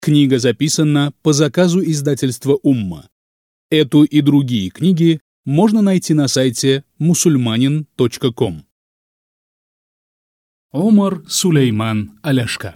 Книга записана по заказу издательства «Умма». Эту и другие книги можно найти на сайте musulmanin.com. Омар Сулейман Аль-Ашкар.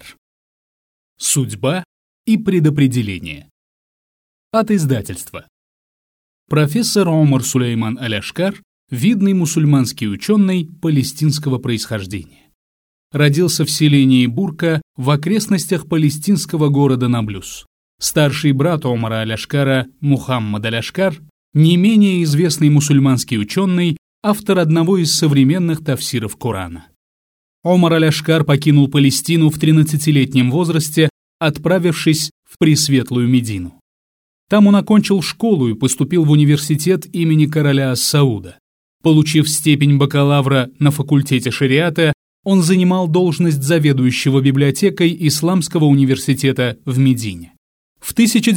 Судьба и предопределение. От издательства. Профессор Омар Сулейман Аль-Ашкар – видный мусульманский ученый палестинского происхождения. Родился в селении Бурка в окрестностях палестинского города Наблюс. Старший брат Омара Аль-Ашкара Мухаммад Аль-Ашкар – не менее известный мусульманский ученый, автор одного из современных тафсиров Корана. Омар Аль-Ашкар покинул Палестину в 13-летнем возрасте, отправившись в Пресветлую Медину. Там он окончил школу и поступил в университет имени короля Ас-Сауда. Получив степень бакалавра на факультете шариата, он занимал должность заведующего библиотекой Исламского университета в Медине. В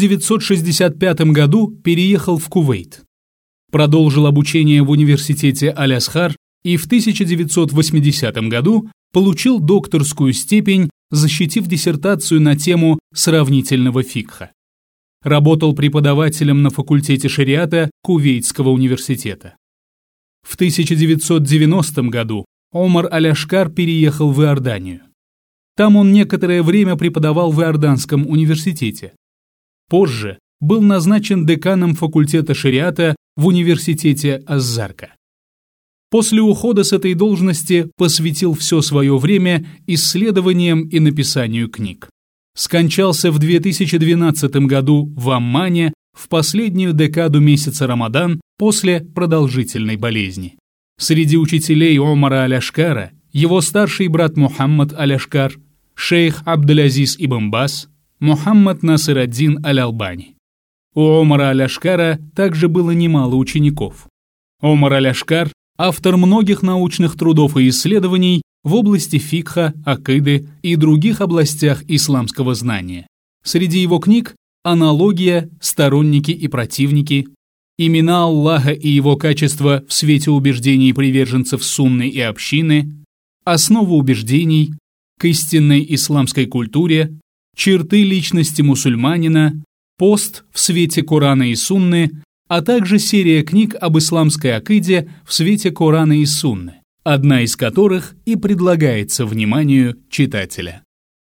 1965 году переехал в Кувейт. Продолжил обучение в университете Аль-Азхар и в 1980 году получил докторскую степень, защитив диссертацию на тему сравнительного фикха. Работал преподавателем на факультете шариата Кувейтского университета. В 1990 году Омар Аль-Ашкар переехал в Иорданию. Там он некоторое время преподавал в Иорданском университете. Позже был назначен деканом факультета шариата в университете Аз-Зарка. После ухода с этой должности посвятил все свое время исследованиям и написанию книг. Скончался в 2012 году в Аммане в последнюю декаду месяца Рамадан после продолжительной болезни. Среди учителей Омара Аль-Ашкара его старший брат Мухаммад Аль-Ашкар, шейх Абдул-Азиз ибн Бас, Мухаммад Насир ад-Дин Аль-Албани. У Омара Аль-Ашкара также было немало учеников. Омар Аль-Ашкар – автор многих научных трудов и исследований в области фикха, акиды и других областях исламского знания. Среди его книг «Аналогия», «Сторонники и противники», «Имена Аллаха и его качества в свете убеждений приверженцев сунны и общины», «Основа убеждений», «К истинной исламской культуре», «Черты личности мусульманина», «Пост в свете Корана и сунны», а также серия книг об исламской акиде в свете Корана и сунны, одна из которых и предлагается вниманию читателя.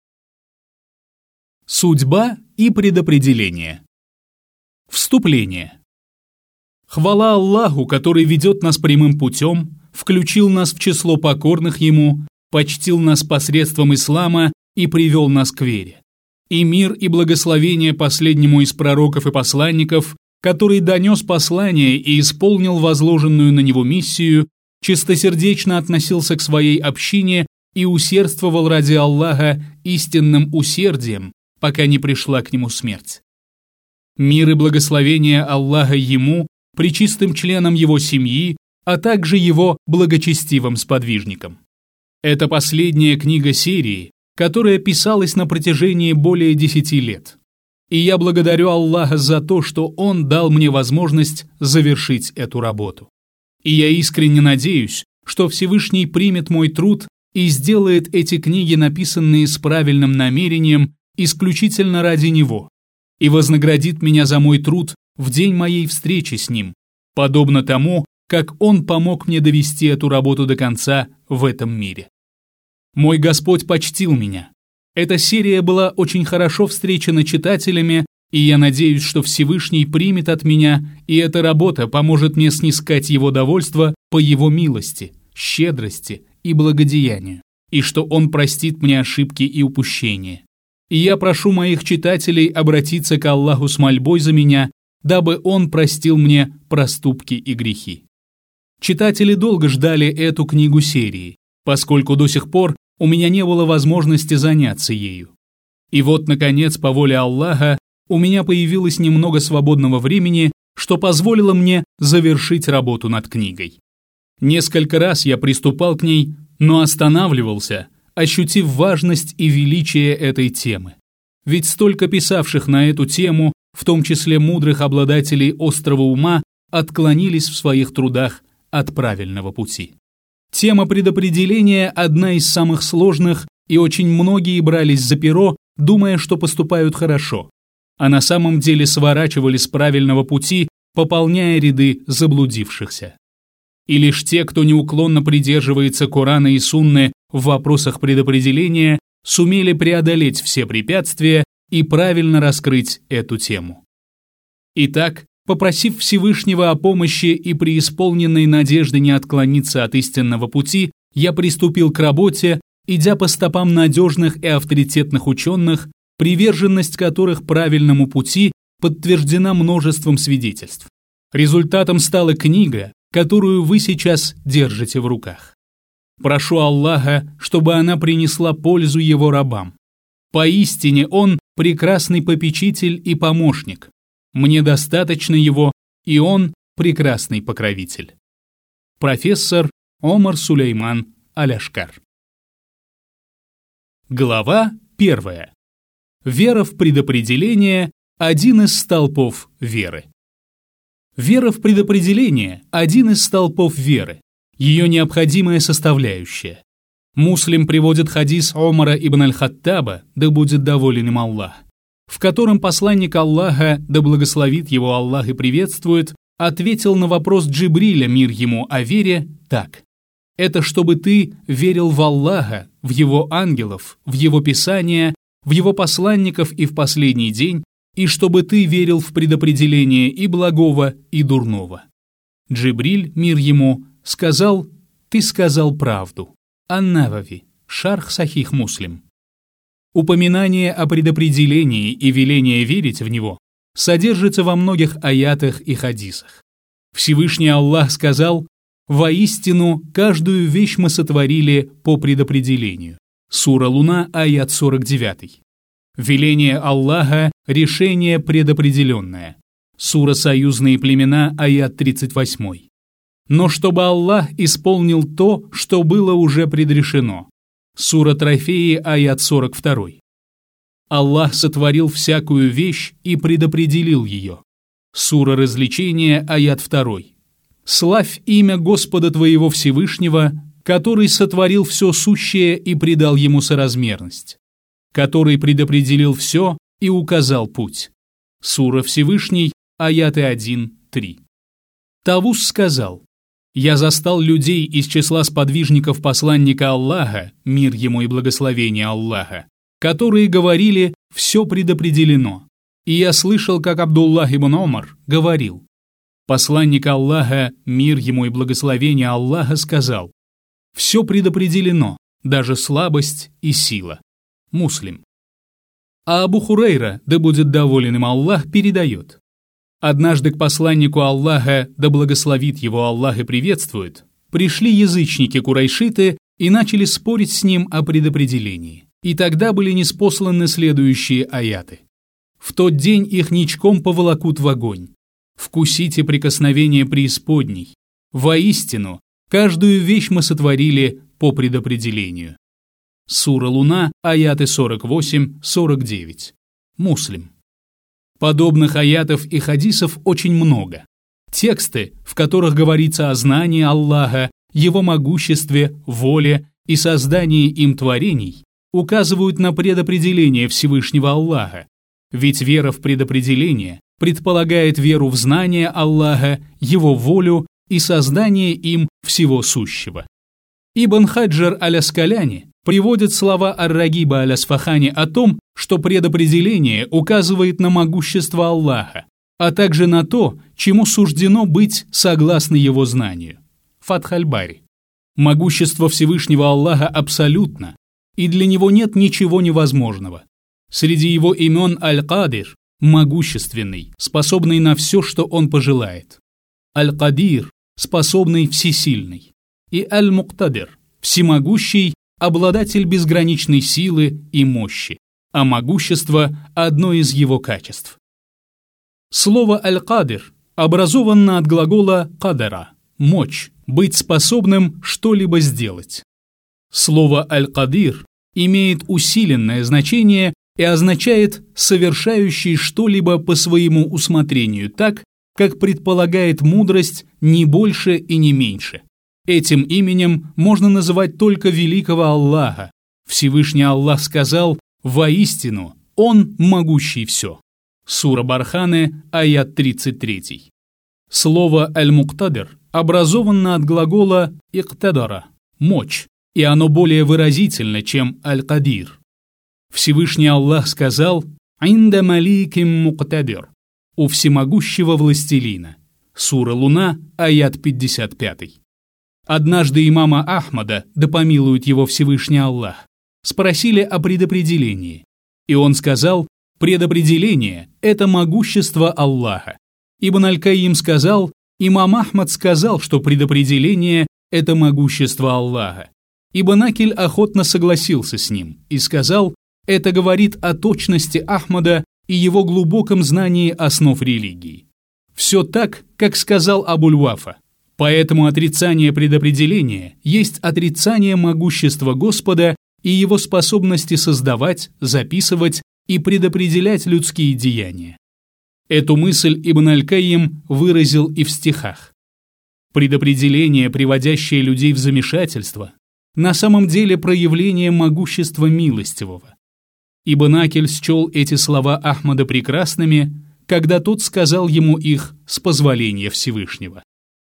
Судьба и предопределение. Вступление. Хвала Аллаху, который ведет нас прямым путем, включил нас в число покорных Ему, почтил нас посредством ислама и привел нас к вере. И мир и благословение последнему из пророков и посланников, который донес послание и исполнил возложенную на него миссию, чистосердечно относился к своей общине и усердствовал ради Аллаха истинным усердием, пока не пришла к нему смерть. Мир и благословение Аллаха ему, пречистым членам его семьи, а также его благочестивым сподвижникам. Это последняя книга серии, которая писалась на протяжении более 10 лет. И я благодарю Аллаха за то, что Он дал мне возможность завершить эту работу. И я искренне надеюсь, что Всевышний примет мой труд и сделает эти книги, написанные с правильным намерением, исключительно ради Него, и вознаградит меня за мой труд в день моей встречи с Ним, подобно тому, как Он помог мне довести эту работу до конца в этом мире. Мой Господь почтил меня. Эта серия была очень хорошо встречена читателями, и я надеюсь, что Всевышний примет от меня, и эта работа поможет мне снискать Его довольство по Его милости, щедрости и благодеянию, и что Он простит мне ошибки и упущения. И я прошу моих читателей обратиться к Аллаху с мольбой за меня, дабы Он простил мне проступки и грехи. Читатели долго ждали эту книгу серии, поскольку до сих пор у меня не было возможности заняться ею. И вот, наконец, по воле Аллаха, у меня появилось немного свободного времени, что позволило мне завершить работу над книгой. Несколько раз я приступал к ней, но останавливался, ощутив важность и величие этой темы. Ведь столько писавших на эту тему, в том числе мудрых обладателей острого ума, отклонились в своих трудах от правильного пути. Тема предопределения одна из самых сложных, и очень многие брались за перо, думая, что поступают хорошо, а на самом деле сворачивали с правильного пути, пополняя ряды заблудившихся. И лишь те, кто неуклонно придерживается Корана и Сунны в вопросах предопределения, сумели преодолеть все препятствия и правильно раскрыть эту тему. Итак, попросив Всевышнего о помощи и преисполненной надежды не отклониться от истинного пути, я приступил к работе, идя по стопам надежных и авторитетных ученых, приверженность которых правильному пути подтверждена множеством свидетельств. Результатом стала книга, которую вы сейчас держите в руках. Прошу Аллаха, чтобы она принесла пользу его рабам. Поистине он прекрасный попечитель и помощник. Мне достаточно его, и он прекрасный покровитель. Профессор Омар Сулейман Аль-Ашкар. Глава 1. Вера в предопределение – один из столпов веры. Вера в предопределение – один из столпов веры, ее необходимая составляющая. Муслим приводит хадис Омара ибн аль-Хаттаба, да будет доволен им Аллах, в котором посланник Аллаха, да благословит его Аллах и приветствует, ответил на вопрос Джибриля, мир ему, о вере так: «Это чтобы ты верил в Аллаха, в его ангелов, в его писания, в его посланников и в последний день, и чтобы ты верил в предопределение и благого, и дурного». Джибриль, мир ему, сказал: «Ты сказал правду». Ан-Навави, Шарх Сахих Муслим. Упоминание о предопределении и веление верить в него содержится во многих аятах и хадисах. Всевышний Аллах сказал: «Воистину, каждую вещь мы сотворили по предопределению». Сура Луна, аят 49. Веление Аллаха – решение предопределенное. Сура Союзные племена, аят 38. Но чтобы Аллах исполнил то, что было уже предрешено. Сура Трофеи, аят 42. Аллах сотворил всякую вещь и предопределил ее. Сура Развлечения, аят 2. Славь имя Господа твоего Всевышнего, который сотворил все сущее и придал ему соразмерность, который предопределил все и указал путь. Сура Всевышний, аяты 1-3. Тавус сказал: «Я застал людей из числа сподвижников посланника Аллаха, мир ему и благословение Аллаха, которые говорили: все предопределено. И я слышал, как Абдуллах ибн Омар говорил: посланник Аллаха, мир ему и благословение Аллаха, сказал: все предопределено, даже слабость и сила». Муслим. А Абу Хурейра, да будет доволен им Аллах, передает: однажды к посланнику Аллаха, да благословит его Аллах и приветствует, пришли язычники-курайшиты и начали спорить с ним о предопределении. И тогда были ниспосланы следующие аяты: «В тот день их ничком поволокут в огонь. Вкусите прикосновение преисподней. Воистину, каждую вещь мы сотворили по предопределению». Сура Луна, аяты 48-49. Муслим. Подобных аятов и хадисов очень много. Тексты, в которых говорится о знании Аллаха, его могуществе, воле и создании им творений, указывают на предопределение Всевышнего Аллаха, ведь вера в предопределение предполагает веру в знание Аллаха, его волю и создание им всего сущего. Ибн Хаджар аль-Аскаляни приводит слова Ар-Рагиба аль-Асфахани о том, что предопределение указывает на могущество Аллаха, а также на то, чему суждено быть согласно его знанию. Фатх аль-Бари. Могущество Всевышнего Аллаха абсолютно, и для него нет ничего невозможного. Среди его имен Аль-Кадир – могущественный, способный на все, что он пожелает. Аль-Кадир – способный всесильный. И Аль-Муктадир – всемогущий, обладатель безграничной силы и мощи, а могущество – одно из его качеств. Слово «аль-кадир» образовано от глагола «кадара» – мочь, быть способным что-либо сделать. Слово «аль-кадир» имеет усиленное значение и означает «совершающий что-либо по своему усмотрению так, как предполагает мудрость, не больше и не меньше». Этим именем можно называть только великого Аллаха. Всевышний Аллах сказал: Воистину, Он могущий все. Сура Барханы, аят 33. Слово «аль-муктадир» образовано от глагола «иктадара» – «мочь», и оно более выразительно, чем «аль-кадир». Всевышний Аллах сказал «инда маликим муктадир» – «у всемогущего властелина». Сура Луна, аят 55. Однажды имама Ахмада, да помилует его Всевышний Аллах, спросили о предопределении, и он сказал: предопределение – это могущество Аллаха. Ибн Аль-Каим сказал: имам Ахмад сказал, что предопределение – это могущество Аллаха. Ибн Акиль охотно согласился с ним и сказал: это говорит о точности Ахмада и его глубоком знании основ религии. Все так, как сказал Абуль-Вафа. Поэтому отрицание предопределения есть отрицание могущества Господа и его способности создавать, записывать и предопределять людские деяния. Эту мысль Ибн Аль-Каим выразил и в стихах. Предопределение, приводящее людей в замешательство, на самом деле проявление могущества милостивого. Ибн Акиль счел эти слова Ахмада прекрасными, когда тот сказал ему их с позволения Всевышнего.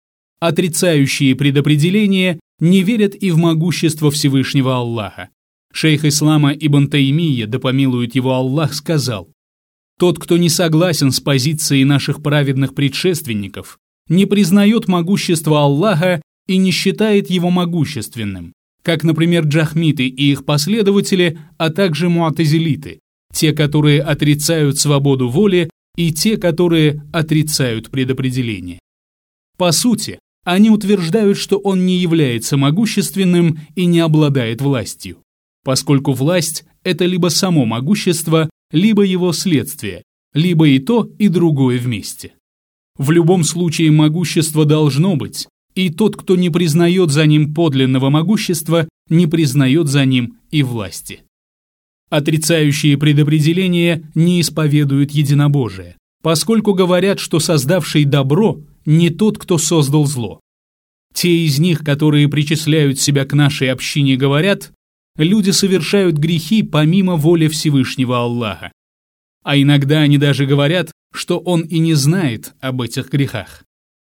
Отрицающие предопределение не верят и в могущество Всевышнего Аллаха. Шейх ислама Ибн Таймийя, да помилует его Аллах, сказал: «Тот, кто не согласен с позицией наших праведных предшественников, не признает могущество Аллаха и не считает его могущественным, как, например, джахмиты и их последователи, а также муатазилиты, те, которые отрицают свободу воли, и те, которые отрицают предопределение. По сути, они утверждают, что он не является могущественным и не обладает властью, поскольку власть – это либо само могущество, либо его следствие, либо и то, и другое вместе. В любом случае могущество должно быть, и тот, кто не признает за ним подлинного могущества, не признает за ним и власти. Отрицающие предопределение не исповедуют единобожие, поскольку говорят, что создавший добро не тот, кто создал зло. Те из них, которые причисляют себя к нашей общине, говорят: люди совершают грехи помимо воли Всевышнего Аллаха. А иногда они даже говорят, что он и не знает об этих грехах.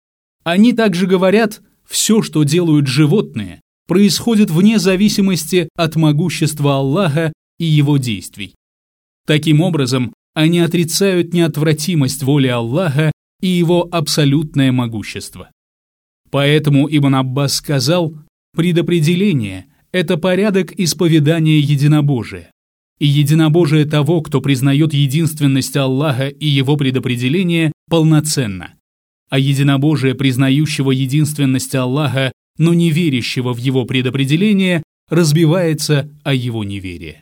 Они также говорят: все, что делают животные, происходит вне зависимости от могущества Аллаха и его действий. Таким образом, они отрицают неотвратимость воли Аллаха и его абсолютное могущество. Поэтому Ибн Аббас сказал: предопределение – это порядок исповедания единобожия. И единобожие того, кто признает единственность Аллаха и его предопределение, полноценно. А единобожие, признающего единственность Аллаха, но не верящего в его предопределение, разбивается о его неверие.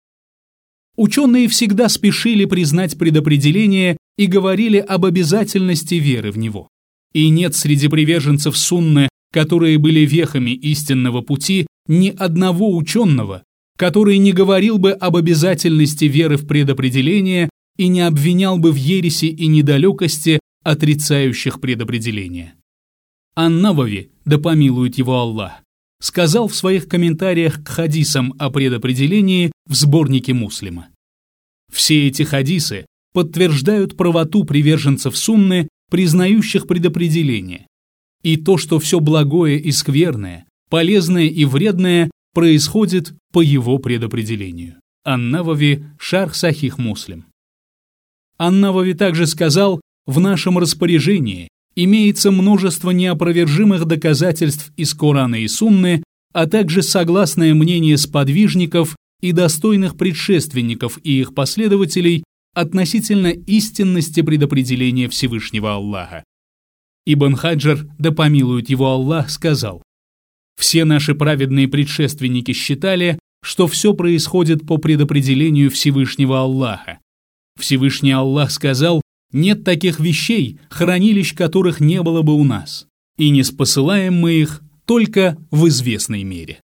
Ученые всегда спешили признать предопределение и говорили об обязательности веры в него. И нет среди приверженцев сунны, которые были вехами истинного пути, ни одного ученого, который не говорил бы об обязательности веры в предопределение и не обвинял бы в ереси и недалекости отрицающих предопределение. Ан-Навави, да помилует его Аллах, сказал в своих комментариях к хадисам о предопределении в сборнике Муслима: все эти хадисы подтверждают правоту приверженцев сунны, признающих предопределение, и то, что все благое и скверное, полезное и вредное происходит по его предопределению. Ан-Навави, Шарх Сахих Муслим. Ан-Навави также сказал: в нашем распоряжении имеется множество неопровержимых доказательств из Корана и Сунны, а также согласное мнение сподвижников и достойных предшественников и их последователей относительно истинности предопределения Всевышнего Аллаха. Ибн Хаджар, да помилует его Аллах, сказал: все наши праведные предшественники считали, что все происходит по предопределению Всевышнего Аллаха. Всевышний Аллах сказал: нет таких вещей, хранилищ которых не было бы у нас, и не спосылаем мы их только в известной мере.